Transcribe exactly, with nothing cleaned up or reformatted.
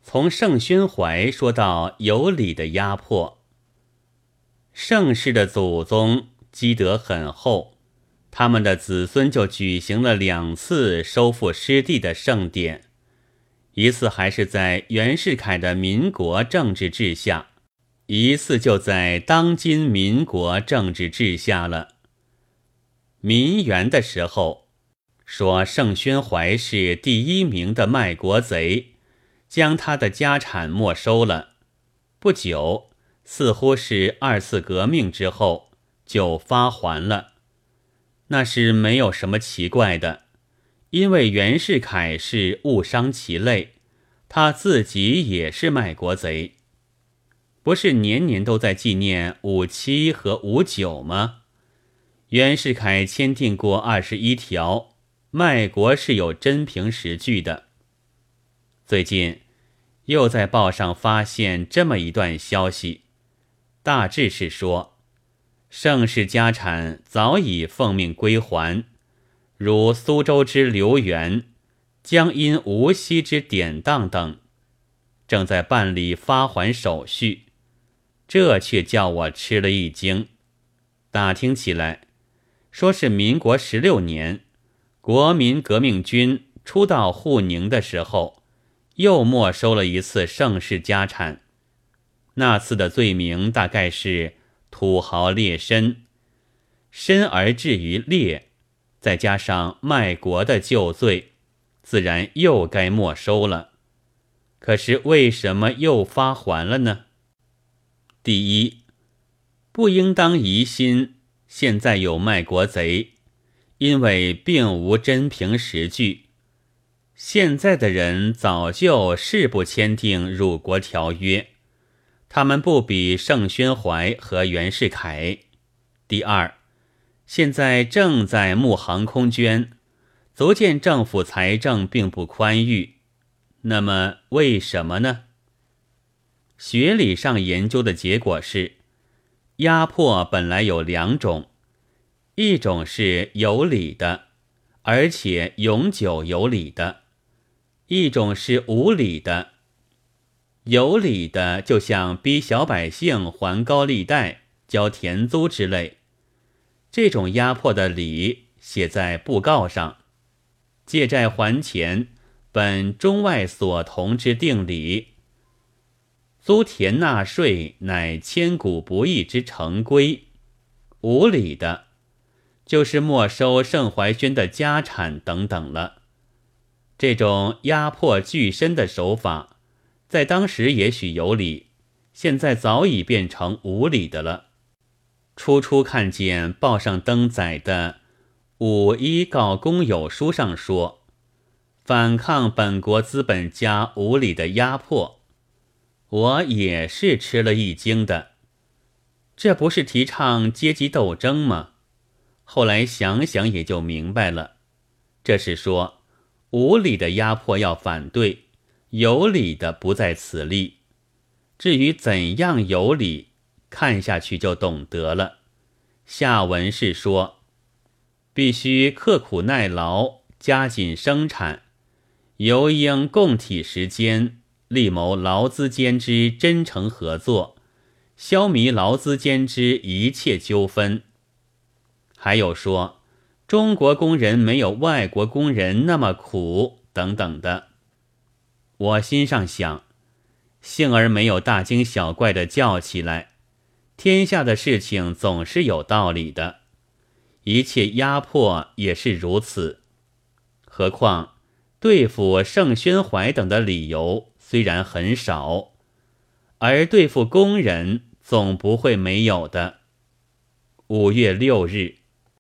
从盛宣怀说到有理的压迫。盛氏的祖宗积德很厚，他们的子孙就举行了两次收复失地的盛典，一次还是在袁世凯的民国政治治下，一次就在当今民国政治治下了。民元的时候说盛宣怀是第一名的卖国贼，将他的家产没收了。不久，似乎是二次革命之后就发还了。那是没有什么奇怪的，因为袁世凯是误伤其类，他自己也是卖国贼。不是年年都在纪念五七和五九吗？袁世凯签订过二十一条，卖国是有真凭实据的。最近又在报上发现这么一段消息，大致是说盛氏家产早已奉命归还，如苏州之刘源、江阴无锡之典当等，正在办理发还手续。这却叫我吃了一惊。打听起来，说是民国十六年，国民革命军初到沪宁的时候，又没收了一次盛氏家产。那次的罪名大概是土豪劣绅，绅而至于劣，再加上卖国的旧罪，自然又该没收了。可是为什么又发还了呢？第一，不应当疑心现在有卖国贼，因为并无真凭实据。现在的人早就誓不签订辱国条约，他们不比盛宣怀和袁世凯。第二，现在正在募航空捐，足见政府财政并不宽裕。那么为什么呢？学理上研究的结果是，压迫本来有两种，一种是有理的，而且永久有理的；一种是无理的。有理的就像逼小百姓还高利贷、交田租之类，这种压迫的理写在布告上，借债还钱，本中外所同之定理。租田纳税乃千古不易之成规。无理的就是没收盛怀轩的家产等等了。这种压迫巨深的手法在当时也许有理，现在早已变成无理的了。初初看见报上登载的五一告公有书上说，反抗本国资本家无理的压迫，我也是吃了一惊的。这不是提倡阶级斗争吗？后来想想也就明白了，这是说无理的压迫要反对，有理的不在此例。至于怎样有理，看下去就懂得了。下文是说，必须刻苦耐劳，加紧生产，尤应共体时间，力谋劳资间之真诚合作，消弭劳资间之一切纠纷。还有说，中国工人没有外国工人那么苦等等的。我心上想，幸而没有大惊小怪的叫起来，天下的事情总是有道理的，一切压迫也是如此。何况对付盛宣怀等的理由虽然很少，而对付工人总不会没有的。五月六日，